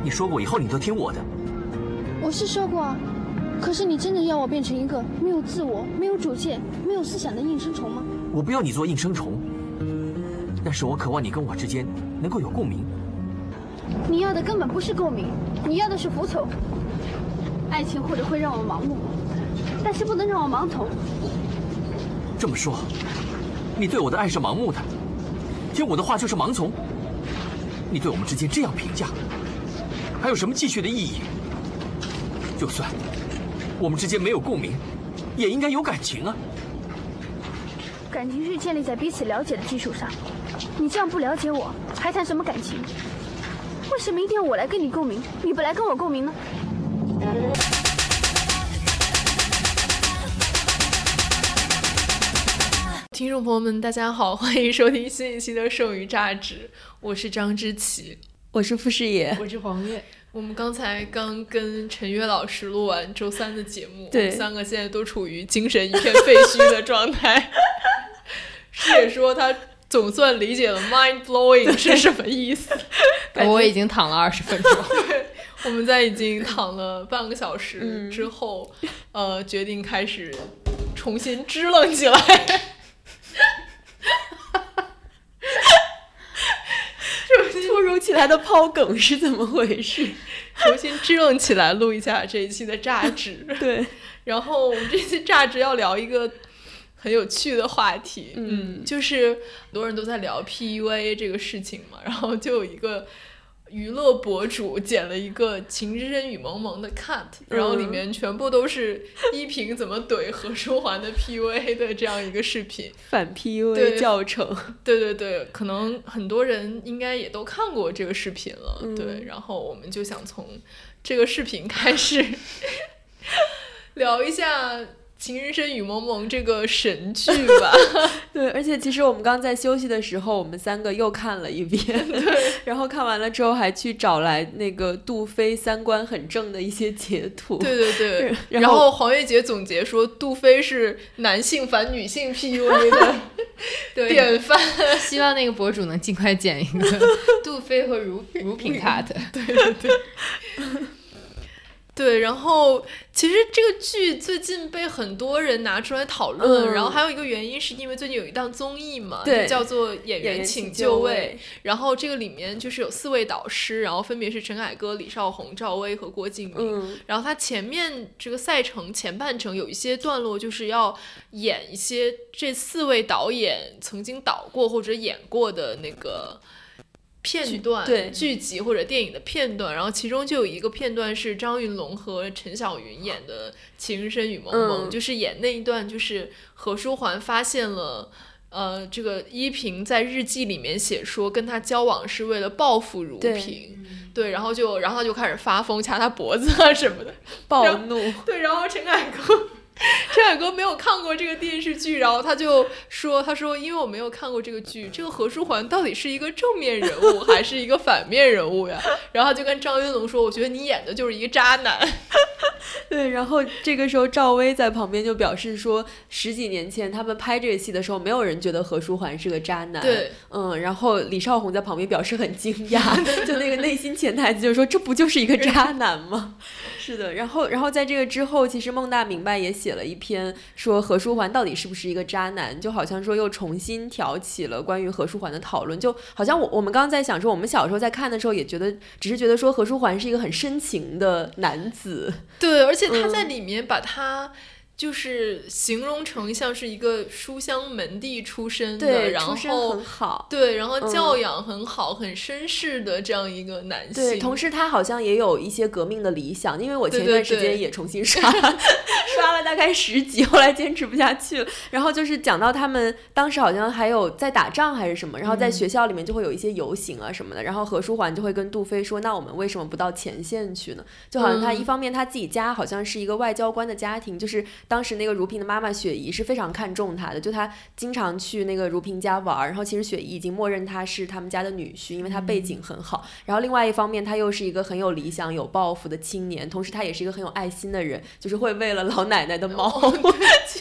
你说过以后你都听我的。 我是说过啊，可是你真的要我变成一个没有自我、没有主见、没有思想的应声虫吗？ 我不要你做应声虫，但是我渴望你跟我之间能够有共鸣。 你要的根本不是共鸣，你要的是服从。爱情或者会让我盲目，但是不能让我盲从。 这么说，你对我的爱是盲目的，听我的话就是盲从。你对我们之间这样评价，还有什么继续的意义？就算我们之间没有共鸣，也应该有感情啊。 感情是建立在彼此了解的基础上，你这样不了解我，还谈什么感情？为什么一定要我来跟你共鸣，你不来跟我共鸣呢？ 听众朋友们大家好，欢迎收听新一期的剩余榨汁，我是张之琪， 我是傅师爷， 我是黄月。 我们刚才刚跟陈悦老师录完周三的节目， 对， 我们三个现在都处于精神一片废墟的状态。师爷说他总算理解了 mind blowing 是什么意思。 我已经躺了20分钟。 对，我们在已经躺了半个小时之后，决定开始重新支棱起来。 突如其来的抛梗是怎么回事？ 重新支棱起来录一下这一期的榨汁。 对， 然后我们这期榨汁要聊一个很有趣的话题，就是很多人都在聊 PUA 这个事情嘛，然后就有一个娱乐博主剪了一个《情之深雨蒙蒙》的 cut，然后里面全部都是依萍怎么怼何书桓的 PUA 的这样一个视频， 反 PUA 教程。 对对对，可能很多人应该也都看过这个视频了，对，然后我们就想从这个视频开始聊一下《情深深雨蒙蒙》这个神剧吧。 对，而且其实我们刚在休息的时候，我们三个又看了一遍，对，然后看完了之后还去找来那个杜飞三观很正的一些截图。 对对对，然后黄月姐总结说，杜飞是男性反女性 PUA 的典范。 希望那个博主能尽快剪一个杜飞和如萍 cut。 对对对。对，然后其实这个剧最近被很多人拿出来讨论，然后还有一个原因是因为最近有一档综艺嘛，就叫做《演员请就位》，然后这个里面就是有4位导师，然后分别是陈凯歌、李少红、赵薇和郭敬明，然后他前面这个赛程前半程有一些段落就是要演一些这4位导演曾经导过或者演过的那个片段剧集或者电影的片段，然后其中就有一个片段是张云龙和陈晓云演的《情深深雨蒙蒙》，就是演那一段就是何书桓发现了这个依萍在日记里面写说跟他交往是为了报复如萍，对，然后他就开始发疯掐他脖子啊什么的， 暴怒。 对，然后陈凯歌没有看过这个电视剧，然后他说因为我没有看过这个剧，这个何书桓到底是一个正面人物还是一个反面人物呀？然后他就跟张云龙说，我觉得你演的就是一个渣男。 对，然后这个时候赵薇在旁边就表示说10几年前他们拍这个戏的时候没有人觉得何书桓是个渣男。 对， 然后李少红在旁边表示很惊讶，就那个内心潜台词就是说这不就是一个渣男吗？是的，然后在这个之后，其实孟大明白也写了一篇说何书桓到底是不是一个渣男，就好像说又重新挑起了关于何书桓的讨论，就好像我们刚刚在想说，我们小时候在看的时候也只是觉得说何书桓是一个很深情的男子， 对，而且他在里面把他就是形容成像是一个书香门第出身的， 对， 然后出身很好， 对，然后教养很好，很绅士的这样一个男性。 对，同时他好像也有一些革命的理想，因为我前一段时间也重新刷了大概10集，后来坚持不下去了。然后就是讲到他们当时好像还有在打仗还是什么，然后在学校里面就会有一些游行啊什么的，然后何书桓就会跟杜飞说，那我们为什么不到前线去呢？就好像他一方面他自己家好像是一个外交官的家庭，就是当时那个如萍的妈妈雪姨是非常看重他的，就他经常去那个如萍家玩，然后其实雪姨已经默认他是他们家的女婿，因为他背景很好。然后另外一方面他又是一个很有理想有抱负的青年，同时他也是一个很有爱心的人，就是会为了老奶奶的猫去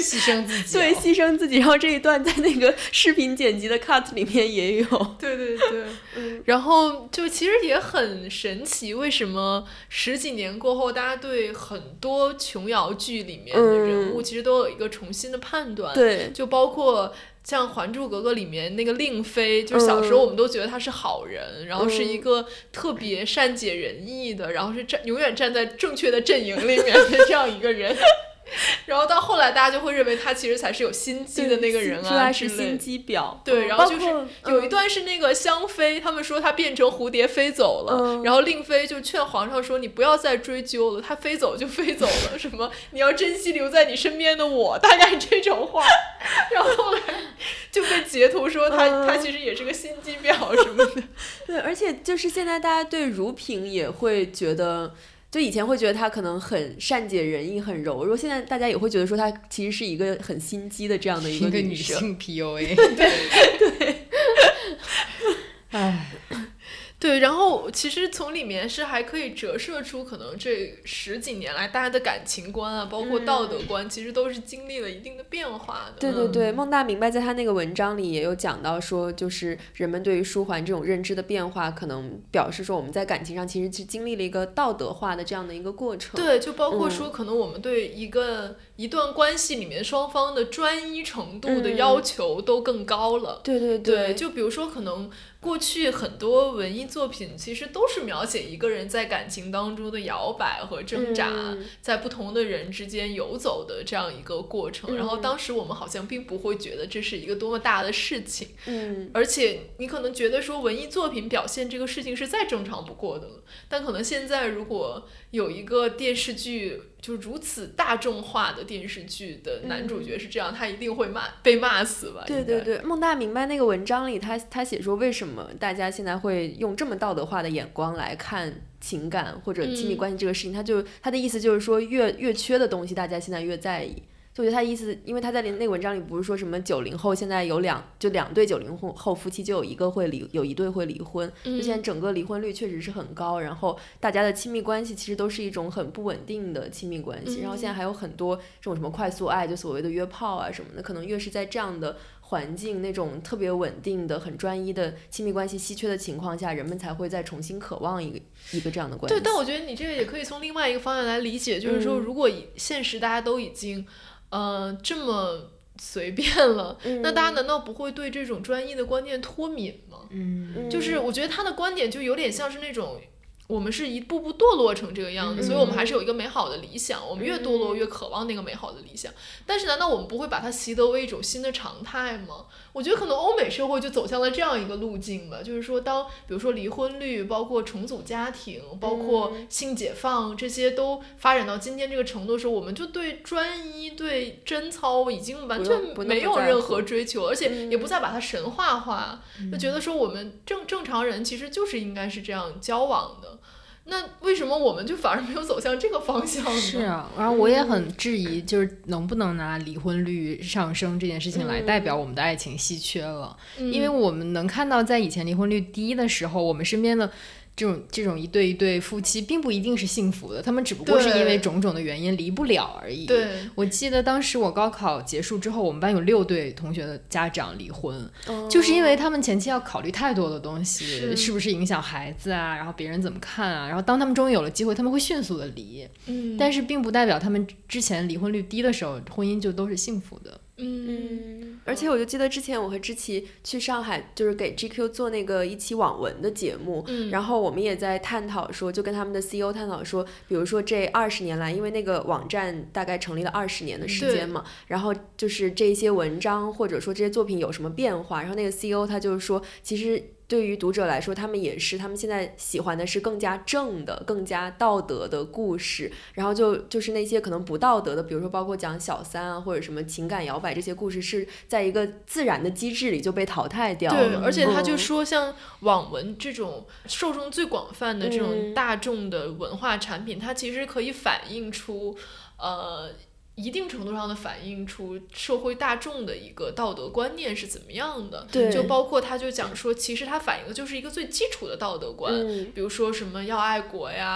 牺牲自己、 对，牺牲自己。然后这一段在那个视频剪辑的 cut 里面也有。 对对对，然后就其实也很神奇，为什么10几年过后，大家对很多琼瑶剧里面的人物其实都有一个重新的判断。 对， 就包括像《还珠格格》里面那个令妃，就是小时候我们都觉得她是好人，然后是一个特别善解人意的，然后是永远站在正确的阵营里面的这样一个人。然后到后来，大家就会认为他其实才是有心机的那个人啊， 说他是心机婊。 对，然后就是有一段是那个香妃，他们说她变成蝴蝶飞走了，然后令妃就劝皇上说：“你不要再追究了，她飞走就飞走了，什么你要珍惜留在你身边的我，大概这种话。”然后后来就被截图说他其实也是个心机婊什么的。 对，而且就是现在大家对如萍也会觉得。就以前会觉得她可能很善解人意很柔弱，现在大家也会觉得说她其实是一个很心机的这样的一个女性 PUA。 对唉， 对，然后其实从里面是还可以折射出可能这10几年来大家的感情观啊，包括道德观，其实都是经历了一定的变化的。 对对对，孟大明白在他那个文章里也有讲到说，就是人们对于书桓这种认知的变化，可能表示说我们在感情上其实是经历了一个道德化的这样的一个过程。 对，就包括说可能我们对一段关系里面双方的专一程度的要求都更高了。 对对对， 就比如说可能过去很多文艺作品其实都是描写一个人在感情当中的摇摆和挣扎，在不同的人之间游走的这样一个过程，然后当时我们好像并不会觉得这是一个多么大的事情，而且你可能觉得说文艺作品表现这个事情是再正常不过的了，但可能现在如果有一个电视剧就如此大众化的电视剧的男主角是这样，他一定会被骂死吧。 对对对，孟大明白那个文章里他写说为什么大家现在会用这么道德化的眼光来看情感或者亲密关系这个事情，他的意思就是说越缺的东西大家现在越在意。就我觉得他意思，因为他在那个文章里不是说什么90后现在有两对90后夫妻就有一对会离婚，就现在整个离婚率确实是很高，然后大家的亲密关系其实都是一种很不稳定的亲密关系，然后现在还有很多这种什么快速爱，就所谓的约炮啊什么的，可能越是在这样的环境那种特别稳定的很专一的亲密关系稀缺的情况下，人们才会再重新渴望一个这样的关系。 对，但我觉得你这个也可以从另外一个方向来理解，就是说如果现实大家都已经这么随便了，那大家难道不会对这种专一的观念脱敏吗？就是我觉得他的观点就有点像是那种我们是一步步堕落成这个样子，所以我们还是有一个美好的理想，我们越堕落越渴望那个美好的理想，但是难道我们不会把它习得为一种新的常态吗？我觉得可能欧美社会就走向了这样一个路径吧，就是说当比如说离婚率，包括重组家庭，包括性解放，这些都发展到今天这个程度的时候，我们就对专一对贞操已经完全没有任何追求，而且也不再把它神话化，就觉得说我们正常人其实就是应该是这样交往的。那为什么我们就反而没有走向这个方向呢？ 是啊，然后我也很质疑，就是能不能拿离婚率上升这件事情来代表我们的爱情稀缺了，因为我们能看到在以前离婚率低的时候，我们身边的这种一对夫妻并不一定是幸福的，他们只不过是因为种种的原因离不了而已。 对， 我记得当时我高考结束之后，我们班有6对同学的家长离婚，就是因为他们前期要考虑太多的东西，是不是影响孩子啊，然后别人怎么看啊，然后当他们终于有了机会，他们会迅速的离，但是并不代表他们之前离婚率低的时候婚姻就都是幸福的。 而且我就记得之前我和知琪去上海，就是给 GQ 做那个一期网文的节目，然后我们也在探讨说，就跟他们的 CEO 探讨说，比如说这20年来，因为那个网站大概成立了20年的时间嘛，然后就是这些文章或者说这些作品有什么变化，然后那个 CEO 他就是说，其实对于读者来说，他们现在喜欢的是更加正的更加道德的故事，然后就是那些可能不道德的，比如说包括讲小三啊或者什么情感摇摆这些故事，是在一个自然的机制里就被淘汰掉了。 对，而且他就说像网文这种受众最广泛的这种大众的文化产品，它其实可以反映出一定程度上的反映出社会大众的一个道德观念是怎么样的，就包括他就讲说其实它反映的就是一个最基础的道德观，比如说什么要爱国呀，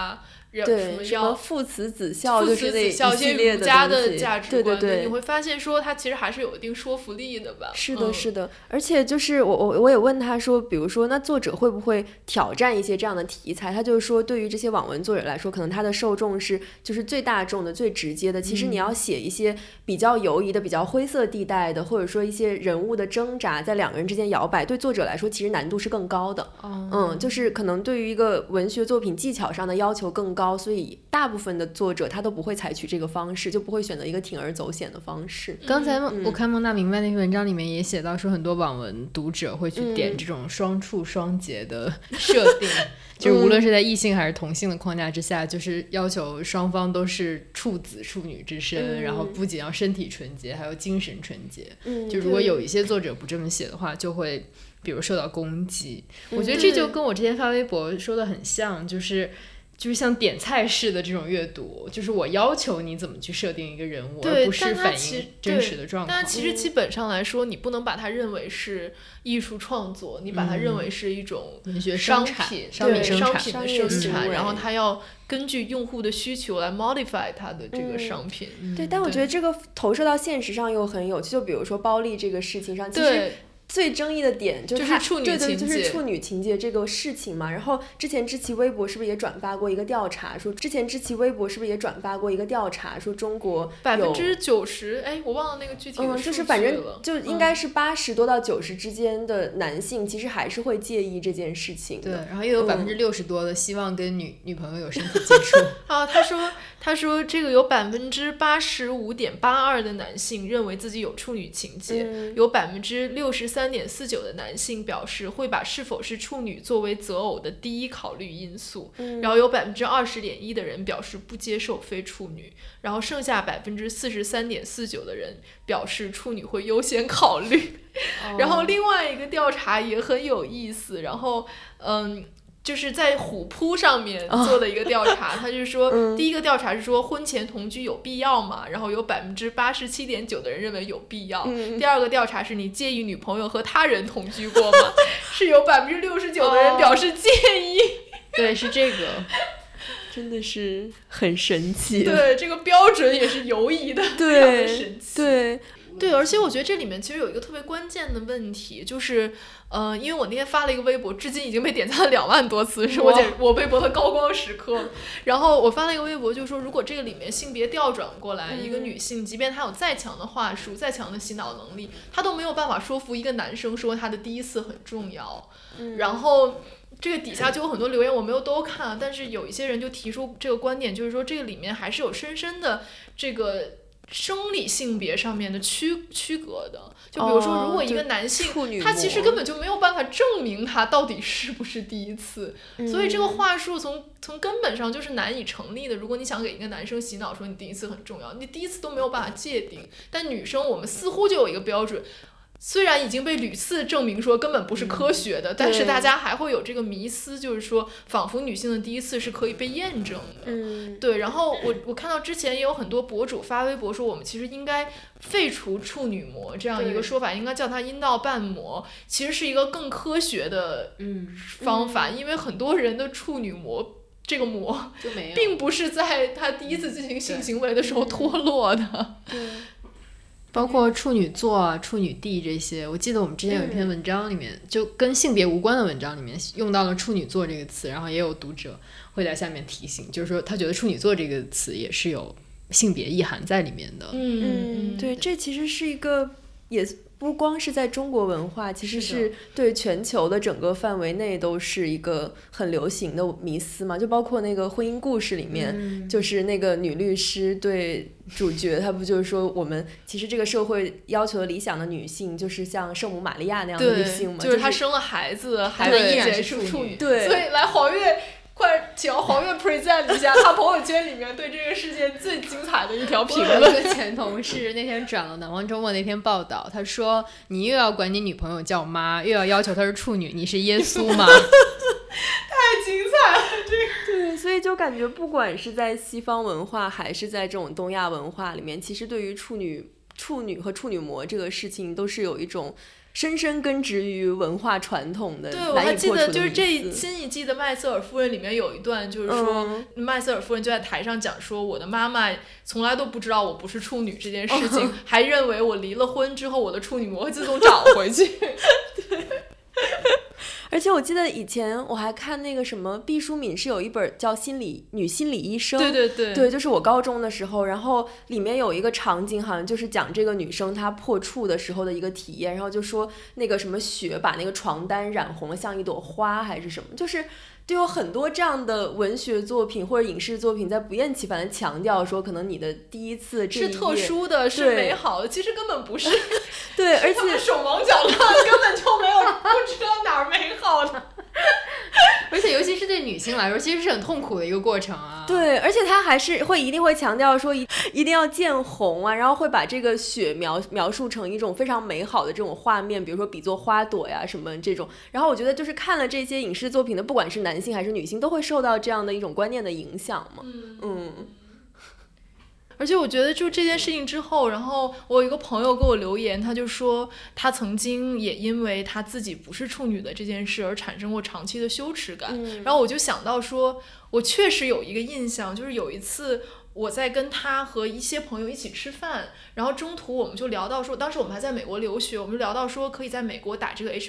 对，什么父慈子孝，就是那一系列儒家的价值观， 对， 你会发现说它其实还是有一定说服力的吧。 是的，是的，而且就是我也问他说，比如说那作者会不会挑战一些这样的题材？他就是说，对于这些网文作者来说，可能他的受众是就是最大众的、最直接的。其实你要写一些比较游移的、比较灰色地带的，或者说一些人物的挣扎，在两个人之间摇摆，对作者来说其实难度是更高的。就是可能对于一个文学作品技巧上的要求更高，所以大部分的作者他都不会采取这个方式，就不会选择一个铤而走险的方式。 刚才我看孟大明白那篇文章里面也写到说，很多网文读者会去点这种双处双节的设定，就是无论是在异性还是同性的框架之下，就是要求双方都是处子处女之身，然后不仅要身体纯洁，还有精神纯洁。就如果有一些作者不这么写的话，就会比如受到攻击。我觉得这就跟我之前发微博说的很像，就是像点菜式的这种阅读，就是我要求你怎么去设定一个人物，而不是反映真实的状况。 但其实基本上来说，你不能把它认为是艺术创作，你把它认为是一种文学商品商品的生产，然后它要根据用户的需求来 modify 它的这个商品。 对，但我觉得这个投射到现实上又很有趣，就比如说暴力这个事情上，其实最争议的点就是处女情节， 就是处女情节这个事情嘛。然后之前知其微博是不是也转发过一个调查，说中国有 90%，哎，我忘了那个具体的数据了。 就是反正就应该是80多到90之间的男性，其实还是会介意这件事情的。 对，然后又有60%多的希望跟女朋友有身体接触。 他说这个有85.82%的男性认为自己有处女情节，有63.49%的男性表示会把是否是处女作为择偶的第一考虑因素，然后有20.1%的人表示不接受非处女，然后剩下43.49%的人表示处女会优先考虑。然后另外一个调查也很有意思，然后就是在虎扑上面做的一个调查，他就说第一个调查是说婚前同居有必要吗？然后有87.9%的人认为有必要。第二个调查是你介意女朋友和他人同居过吗？是有69%的人表示介意。 对，是这个。 真的是很神奇。 对，这个标准也是游移的，非常的神奇。对，而且我觉得这里面其实有一个特别关键的问题，就是因为我那天发了一个微博，至今已经被点赞了2万多次，是我微博的高光时刻。然后我发了一个微博，就是说如果这个里面性别调转过来，一个女性即便她有再强的话术，再强的洗脑能力，她都没有办法说服一个男生说他的第一次很重要。然后这个底下就有很多留言，我没有都看，但是有一些人就提出这个观点，就是说这个里面还是有深深的这个生理性别上面的区隔的。就比如说如果一个男性他其实根本就没有办法证明他到底是不是第一次，所以这个话术从根本上就是难以成立的。如果你想给一个男生洗脑说你第一次很重要，你第一次都没有办法界定，但女生我们似乎就有一个标准，虽然已经被屡次证明说根本不是科学的，但是大家还会有这个迷思，就是说仿佛女性的第一次是可以被验证的。对，然后我看到之前也有很多博主发微博说我们其实应该废除处女膜这样一个说法，应该叫它阴道瓣膜，其实是一个更科学的方法，因为很多人的处女膜这个膜并不是在他第一次进行性行为的时候脱落的。 对， 包括处女座啊、处女地这些，我记得我们之前有一篇文章里面，就跟性别无关的文章里面用到了处女座这个词，然后也有读者会在下面提醒，就是说他觉得处女座这个词也是有性别意涵在里面的。 对，这其实是一个也不光是在中国文化，其实是对全球的整个范围内都是一个很流行的迷思嘛。就包括那个婚姻故事里面，就是那个女律师对主角，她不就是说我们其实这个社会要求的理想的女性就是像圣母玛利亚那样的女性嘛， 就是她生了孩子，孩子依然是处女。对，所以来黄月。快请黄月 present 一下他朋友圈里面对这个事件最精彩的一条评论。 我有一个前同事那天转了南方周末那篇报道，他说你又要管你女朋友叫妈，又要求她是处女，你是耶稣吗？ 太精彩了这个。对，所以就感觉不管是在西方文化还是在这种东亚文化里面，其实对于处女和处女膜这个事情都是有一种深深根植于文化传统的。 对，我还记得就是这新一季的麦瑟尔夫人里面有一段，就是说麦瑟尔夫人就在台上讲说，我的妈妈从来都不知道我不是处女这件事情，还认为我离了婚之后我的处女膜会自动长回去。 对。而且我记得以前我还看那个什么毕淑敏是有一本叫女心理医生， 对， 就是我高中的时候，然后里面有一个场景好像就是讲这个女生她破处的时候的一个体验，然后就说那个什么血把那个床单染红了像一朵花还是什么，就是就有很多这样的文学作品或者影视作品在不厌其烦的强调说可能你的第一次这一页是特殊的，是美好的，其实根本不是。 对，而且手忙脚乱，根本就没有不知道哪儿美好的。 而且尤其是对女性来说，其实是很痛苦的一个过程啊。 对，而且他还是一定会强调说一定要见红啊，然后会把这个血描述成一种非常美好的这种画面，比如说比作花朵呀什么这种。然后我觉得就是看了这些影视作品的，不管是男性还是女性，都会受到这样的一种观念的影响嘛。 而且我觉得就这件事情之后，然后我有一个朋友给我留言，他就说他曾经也因为他自己不是处女的这件事而产生过长期的羞耻感。然后我就想到说，我确实有一个印象，就是有一次我在跟他和一些朋友一起吃饭，然后中途我们就聊到说，当时我们还在美国留学，我们就聊到说可以在美国打这个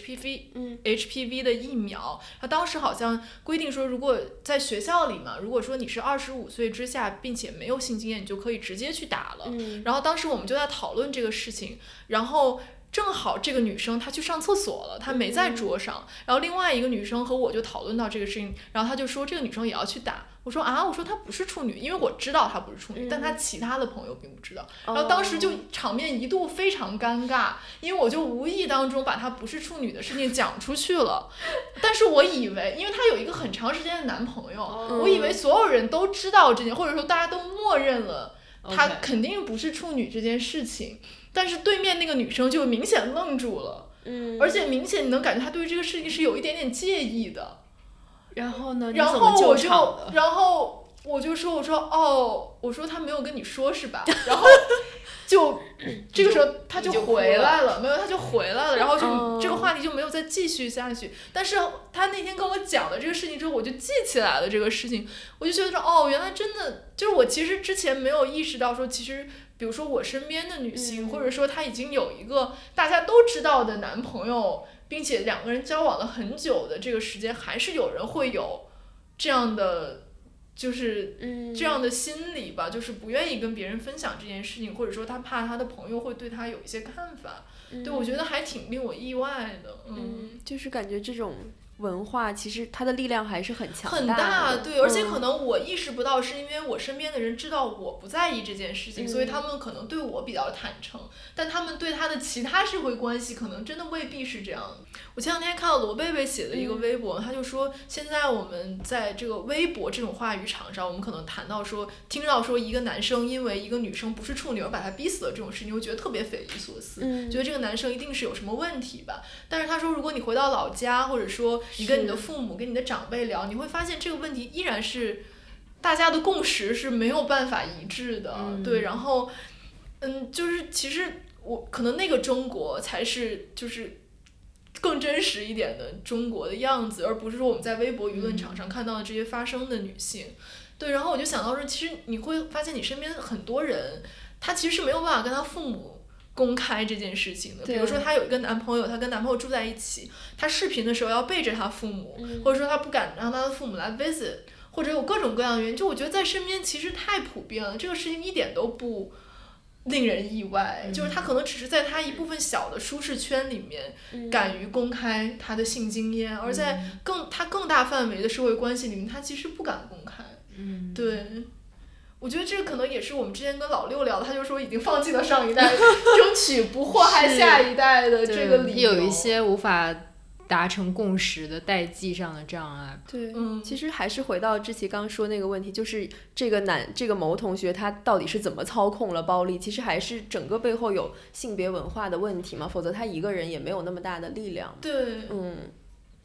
HPV 的疫苗。他当时好像规定说，如果在学校里嘛，如果说你是25岁之下并且没有性经验，你就可以直接去打了。然后当时我们就在讨论这个事情，然后正好这个女生她去上厕所了，她没在桌上，然后另外一个女生和我就讨论到这个事情，然后她就说这个女生也要去打。我说她不是处女，因为我知道她不是处女，但她其他的朋友并不知道。然后当时就场面一度非常尴尬，因为我就无意当中把她不是处女的事情讲出去了。但是我以为，因为她有一个很长时间的男朋友，我以为所有人都知道这件，或者说大家都默认了她肯定不是处女这件事情。但是对面那个女生就明显愣住了，而且明显你能感觉她对于这个事情是有一点点介意的。 然后呢？ 然后我就说，我说他没有跟你说是吧？然后就这个时候他就回来了，没有他就回来了，然后就这个话题就没有再继续下去。但是他那天跟我讲了这个事情之后，我就记起来了这个事情，我就觉得说原来真的就是我其实之前没有意识到说，其实比如说我身边的女性，或者说她已经有一个大家都知道的男朋友，并且两个人交往了很久的这个时间，还是有人会有这样的就是这样的心理吧，就是不愿意跟别人分享这件事情，或者说他怕他的朋友会对他有一些看法。对，我觉得还挺令我意外的。 就是感觉这种文化其实它的力量还是很强大的，很大，对，而且可能我意识不到，是因为我身边的人知道我不在意这件事情，所以他们可能对我比较坦诚，但他们对他的其他社会关系可能真的未必是这样的。我前两天看到罗贝贝写的一个微博，他就说现在我们在这个微博这种话语场上，我们可能谈到说听到说一个男生因为一个女生不是处女而把她逼死了这种事情，会觉得特别匪夷所思，觉得这个男生一定是有什么问题吧。但是他说如果你回到老家，或者说你跟你的父母跟你的长辈聊，你会发现这个问题依然是大家的共识是没有办法一致的。对，然后就是其实我可能那个中国才是就是更真实一点的中国的样子，而不是说我们在微博舆论场上看到的这些发生的女性。对，然后我就想到说其实你会发现你身边很多人他其实是没有办法跟他父母公开这件事情的，比如说她有一个男朋友，她跟男朋友住在一起，她视频的时候要背着她父母，或者说她不敢让她的父母来 visit， 或者有各种各样的原因，就我觉得在身边其实太普遍了，这个事情一点都不令人意外，就是她可能只是在她一部分小的舒适圈里面敢于公开她的性经验，而在她更大范围的社会关系里面，她其实不敢公开。对。我觉得这个可能也是我们之前跟老六聊的，他就说已经放弃了上一代，争取不祸害下一代的这个理由。 有一些无法达成共识的代际上的障碍。 对，其实还是回到志奇刚说那个问题，就是这个某同学他到底是怎么操控了暴力，其实还是整个背后有性别文化的问题嘛，否则他一个人也没有那么大的力量。 对，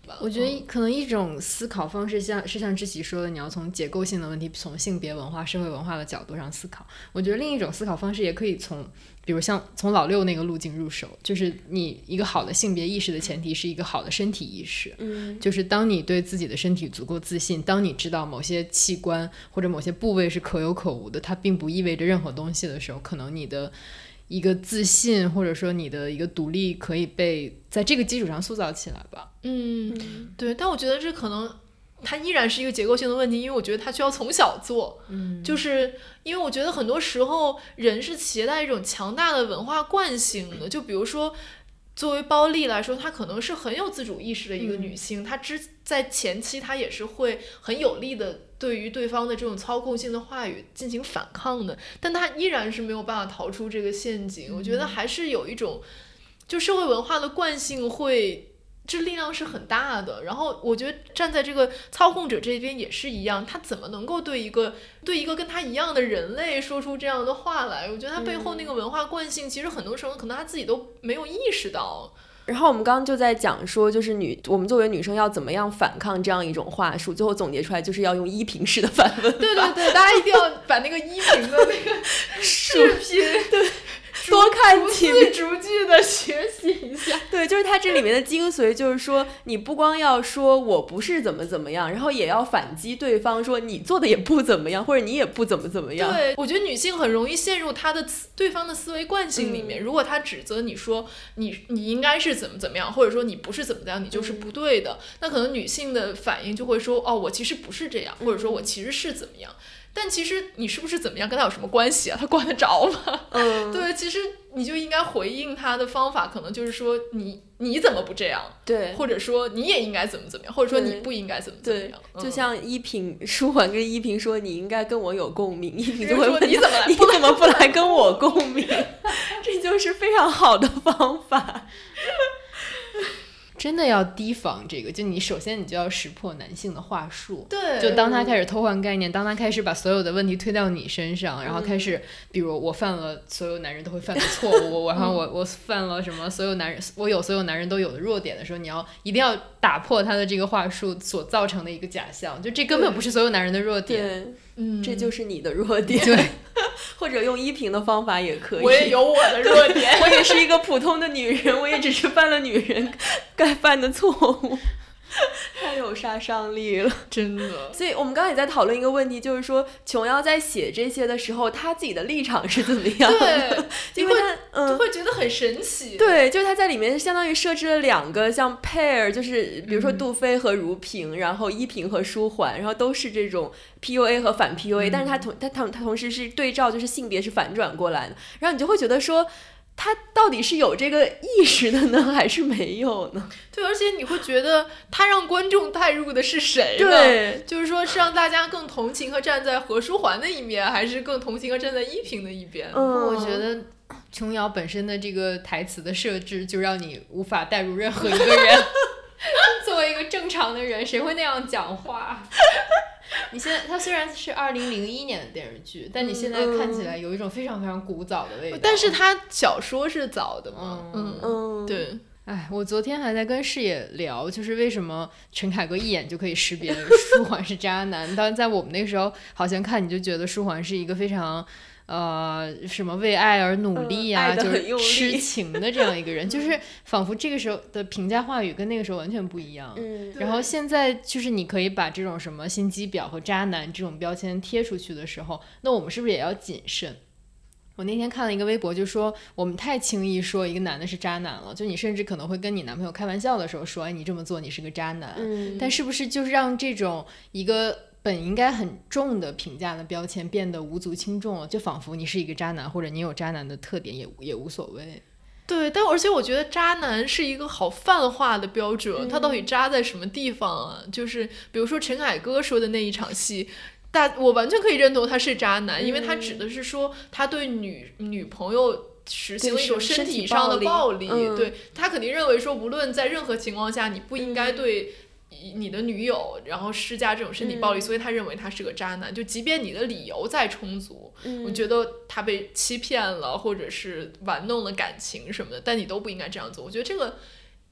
我觉得可能一种思考方式像知棋说的，你要从结构性的问题，从性别文化、社会文化的角度上思考。我觉得另一种思考方式也可以比如像从老六那个路径入手，就是你一个好的性别意识的前提是一个好的身体意识。就是当你对自己的身体足够自信，当你知道某些器官或者某些部位是可有可无的，它并不意味着任何东西的时候，可能你的一个自信或者说你的一个独立可以被在这个基础上塑造起来吧。 对，但我觉得这可能它依然是一个结构性的问题，因为我觉得它需要从小做。就是因为我觉得很多时候人是携带一种强大的文化惯性的，就比如说作为包丽来说，她可能是很有自主意识的一个女性，她在前期她也是会很有力的对于对方的这种操控性的话语进行反抗的，但她依然是没有办法逃出这个陷阱。我觉得还是有一种就社会文化的惯性这力量是很大的，然后我觉得站在这个操控者这边也是一样，他怎么能够对一个跟他一样的人类说出这样的话来？我觉得他背后那个文化惯性，其实很多时候可能他自己都没有意识到。 然后我们刚刚就在讲说，就是我们作为女生要怎么样反抗这样一种话术，最后总结出来就是要用依萍式的反问法。 对，大家一定要把那个依萍的那个视频对多看几遍， 逐句的学习一下。 对，就是它这里面的精髓，就是说你不光要说我不是怎么样，然后也要反击对方说你做的也不怎么样，或者你也不怎么样。 对，我觉得女性很容易陷入对方的思维惯性里面。如果他指责你说你应该是怎么样，或者说你不是怎么样，你就是不对的，那可能女性的反应就会说我其实不是这样，或者说我其实是怎么样。但其实你是不是怎么样跟他有什么关系啊？他管得着吗？对，其实你就应该回应他的方法，可能就是说你怎么不这样？ 对， 或者说你也应该怎么样，或者说你不应该怎么样。 就像舒缓跟依萍说你应该跟我有共鸣，依萍就会问你怎么不来跟我共鸣？这就是非常好的方法。 真的要提防这个，就你首先你就要识破男性的话术。 对， 就当他开始偷换概念，当他开始把所有的问题推到你身上，然后开始比如我犯了所有男人都会犯的错误，然后我犯了什么我有所有男人都有的弱点的时候，你一定要打破他的这个话术所造成的一个假象，就这根本不是所有男人的弱点。 这就是你的弱点。 对， 或者用依萍的方法也可以。 我也有我的弱点， 我也是一个普通的女人，我也只是犯了女人该犯的错误。太有杀伤力了， 真的。 所以我们刚刚也在讨论一个问题，就是说琼瑶在写这些的时候，她自己的立场是怎么样的？ 对，因为她会觉得很神奇。 对，就是她在里面相当于设置了2个像 pair， 就是比如说杜飞和如萍，然后依萍和舒缓，然后都是这种 PUA 和反 PUA，但是她同时是对照，就是性别是反转过来的，然后你就会觉得说，他到底是有这个意识的呢，还是没有呢？ 对，而且你会觉得他让观众带入的是谁呢？ 对， 就是说是让大家更同情和站在何书桓的一边，还是更同情和站在依萍的一边？ 我觉得琼瑶本身的这个台词的设置，就让你无法带入任何一个人。作为一个正常的人，谁会那样讲话？你现在，它虽然是2001年的电视剧，但你现在看起来有一种非常非常古早的味道。 但是它小说是早的嘛？对。 哎，我昨天还在跟视野聊，就是为什么陈凯歌一眼就可以识别舒缓是渣男。当然，在我们那个时候，好像看你就觉得舒缓是一个非常。什么为爱而努力啊，就是痴情的这样一个人，就是仿佛这个时候的评价话语跟那个时候完全不一样。然后现在就是你可以把这种什么心机婊和渣男这种标签贴出去的时候，那我们是不是也要谨慎？我那天看了一个微博，就说我们太轻易说一个男的是渣男了，就你甚至可能会跟你男朋友开玩笑的时候说，哎，你这么做你是个渣男。但是不是就是让这种一个本应该很重的评价的标签变得无足轻重了，就仿佛你是一个渣男，或者你有渣男的特点也无所谓。 对，但而且我觉得渣男是一个好泛化的标准，他到底渣在什么地方啊？就是比如说陈凯歌说的那一场戏，我完全可以认同他是渣男，因为他指的是说他对女朋友实行了一种身体上的暴力。对，他肯定认为说无论在任何情况下你不应该对你的女友然后施加这种身体暴力，所以他认为他是个渣男。就即便你的理由再充足，我觉得他被欺骗了或者是玩弄了感情什么的，但你都不应该这样做。我觉得这个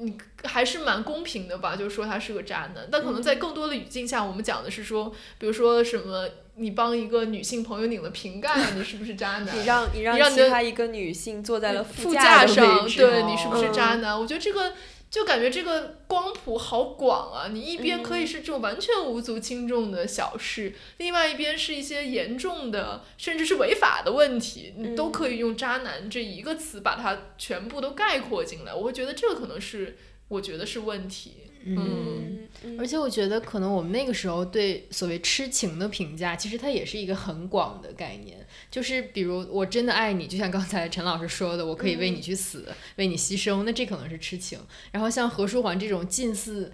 你还是蛮公平的吧，就是说他是个渣男。但可能在更多的语境下，我们讲的是说，比如说什么，你帮一个女性朋友拧了瓶盖，你是不是渣男？ 你让其他一个女性坐在了副驾上，对，你是不是渣男？我觉得这个。就感觉这个光谱好广啊，你一边可以是这种完全无足轻重的小事，另外一边是一些严重的甚至是违法的问题，你都可以用渣男这一个词把它全部都概括进来。我会觉得这个可能是我觉得是问题。 而且我觉得可能我们那个时候对所谓痴情的评价，其实它也是一个很广的概念，就是比如我真的爱你，就像刚才陈老师说的，我可以为你去死，为你牺牲，那这可能是痴情。然后像何书桓这种近似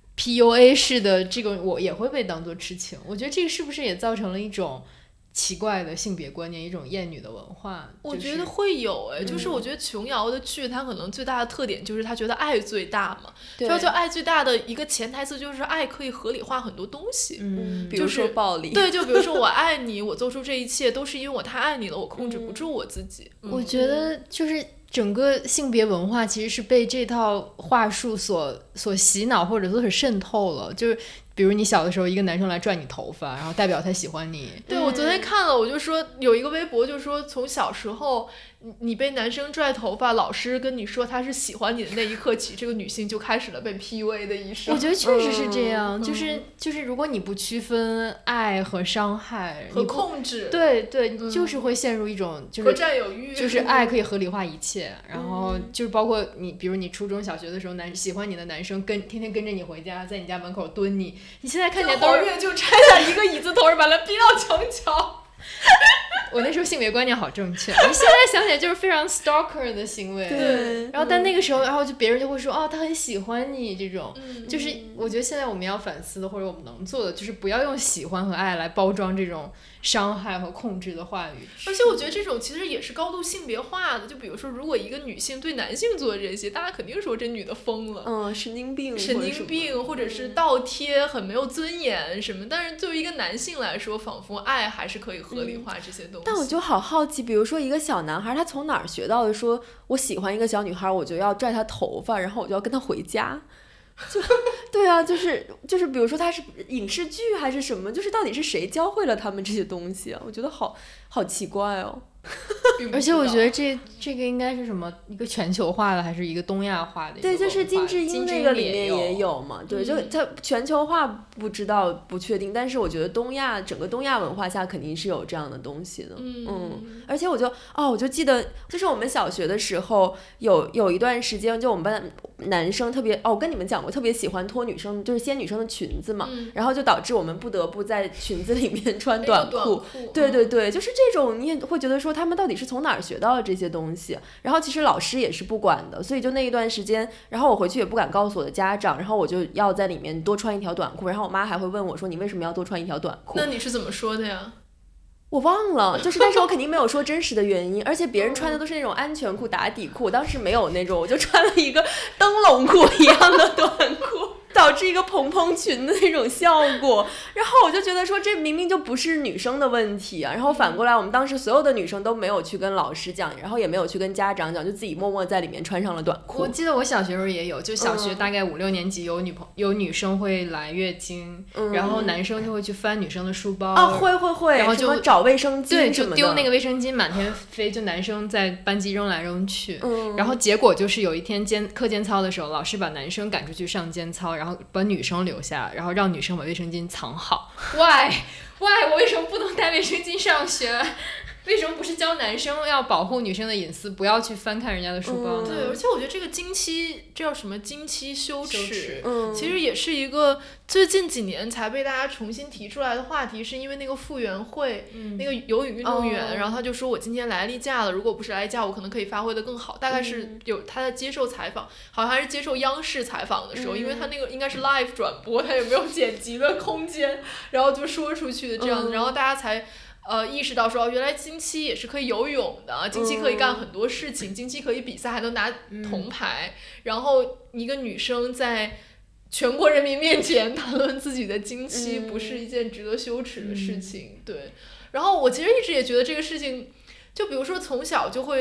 PUA 式的这个，我也会被当作痴情。我觉得这个是不是也造成了一种奇怪的性别观念，一种厌女的文化？ 我觉得会有就是我觉得琼瑶的剧它可能最大的特点就是他觉得爱最大嘛，就爱最大的一个潜台词就是爱可以合理化很多东西， 比如说暴力， 对，就比如说我爱你，我做出这一切都是因为我太爱你了，我控制不住我自己。 我觉得就是整个性别文化其实是被这套话术所洗脑，或者说是渗透了，就是比如你小的时候一个男生来拽你头发，然后代表他喜欢你。 对，我昨天看了，我就说有一个微博就说从小时候你被男生拽头发，老师跟你说他是喜欢你的那一刻起，这个女性就开始了被 PUA 的一生。 我觉得确实是这样，就是如果你不区分爱和伤害和控制， 对，你就是会陷入一种就是和占有欲， 就是爱可以合理化一切，然后就是包括你，比如你初中小学的时候，喜欢你的男生天天跟着你回家，在你家门口蹲你现在看见都是就拆下一个椅子头把他逼到墙角。 我那时候性别观念好正确，你现在想起来就是非常 stalker 的行为。 对， 然后但那个时候，然后就别人就会说他很喜欢你这种，就是我觉得现在我们要反思的，或者我们能做的，就是不要用喜欢和爱来包装这种伤害和控制的话语。 而且我觉得这种其实也是高度性别化的，就比如说如果一个女性对男性做这些，大家肯定说这女的疯了， 神经病， 或者是倒贴，很没有尊严什么。但是对于一个男性来说，仿佛爱还是可以合理化这些东西。 但我就好好奇，比如说一个小男孩，他从哪儿学到的说我喜欢一个小女孩，我就要拽她头发，然后我就要跟她回家？对啊，就是比如说他是影视剧还是什么，就是到底是谁教会了他们这些东西啊？我觉得好奇怪哦。 而且我觉得这个应该是什么一个全球化的还是一个东亚化的？ 对，就是金智英那个里面也有嘛。对，就它全球化不知道不确定，但是我觉得整个东亚文化下肯定是有这样的东西的。而且我就记得，就是我们小学的时候有一段时间，就我们班男生特别我跟你们讲过，特别喜欢脱女生，就是掀女生的裙子嘛，然后就导致我们不得不在裙子里面穿短裤。对，就是这种你也会觉得说他们到底是从哪儿学到的这些东西，然后其实老师也是不管的，所以就那一段时间，然后我回去也不敢告诉我的家长，然后我就要在里面多穿一条短裤，然后我妈还会问我说你为什么要多穿一条短裤？ 那你是怎么说的呀？ 我忘了，但是我肯定没有说真实的原因，而且别人穿的都是那种安全裤打底裤，我当时没有那种，我就穿了一个灯笼裤一样的短裤，导致一个蓬蓬裙的那种效果，然后我就觉得说这明明就不是女生的问题啊，然后反过来我们当时所有的女生都没有去跟老师讲，然后也没有去跟家长讲，就自己默默在里面穿上了短裤。 我记得我小学时候也有，就小学大概5、6年级有女生会来月经，然后男生就会去翻女生的书包会， 然后就找卫生巾什么的， 对，就丢那个卫生巾满天飞，就男生在班级扔来扔去，然后结果就是有一天课间操的时候，老师把男生赶出去上间操，然后把女生留下，然后让女生把卫生巾藏好。Why？ 我为什么不能带卫生巾上学？为什么不是教男生要保护女生的隐私，不要去翻看人家的书包呢？ 对，而且我觉得这个经期，这叫什么经期羞耻，其实也是一个最近几年才被大家重新提出来的话题，是因为那个傅园慧，那个游泳运动员，然后他就说我今天来例假了，如果不是来例假，我可能可以发挥得更好。大概是他在接受采访，好像还是接受央视采访的时候，因为他那个应该是 live 转播，他也没有剪辑的空间，然后就说出去的这样子，然后大家才意识到说原来经期也是可以游泳的，经期可以干很多事情，经期可以比赛还能拿铜牌，然后一个女生在全国人民面前谈论自己的经期不是一件值得羞耻的事情。对，然后我其实一直也觉得这个事情，就比如说从小就会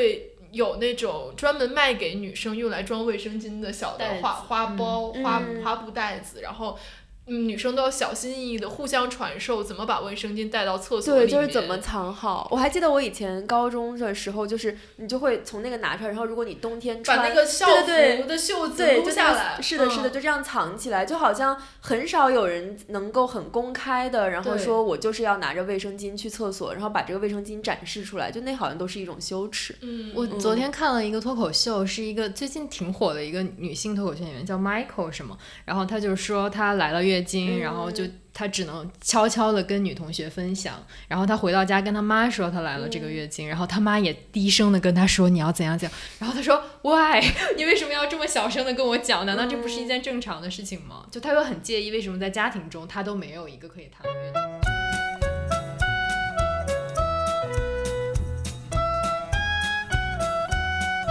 有那种专门卖给女生用来装卫生巾的小的花包、花布袋子，然后女生都要小心翼翼的互相传授怎么把卫生巾带到厕所里面， 对，就是怎么藏好。我还记得我以前高中的时候，就是你就会从那个拿出来，然后如果你冬天穿， 把那个校服的袖子撸下来， 是的，就这样藏起来，就好像很少有人能够很公开的，然后说我就是要拿着卫生巾去厕所，然后把这个卫生巾展示出来，就那好像都是一种羞耻。 我昨天看了一个脱口秀，是一个最近挺火的一个女性脱口秀演员，叫 Michael 什么，然后她就说她来了月经，然后就他只能悄悄的跟女同学分享，然后他回到家跟他妈说他来了这个月经，然后他妈也低声的跟他说你要怎样怎样，然后他说 Why 你为什么要这么小声的跟我讲，难道这不是一件正常的事情吗？就他又很介意为什么在家庭中他都没有一个可以谈论月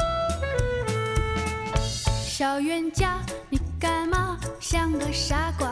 经。小冤家你干嘛像个傻瓜，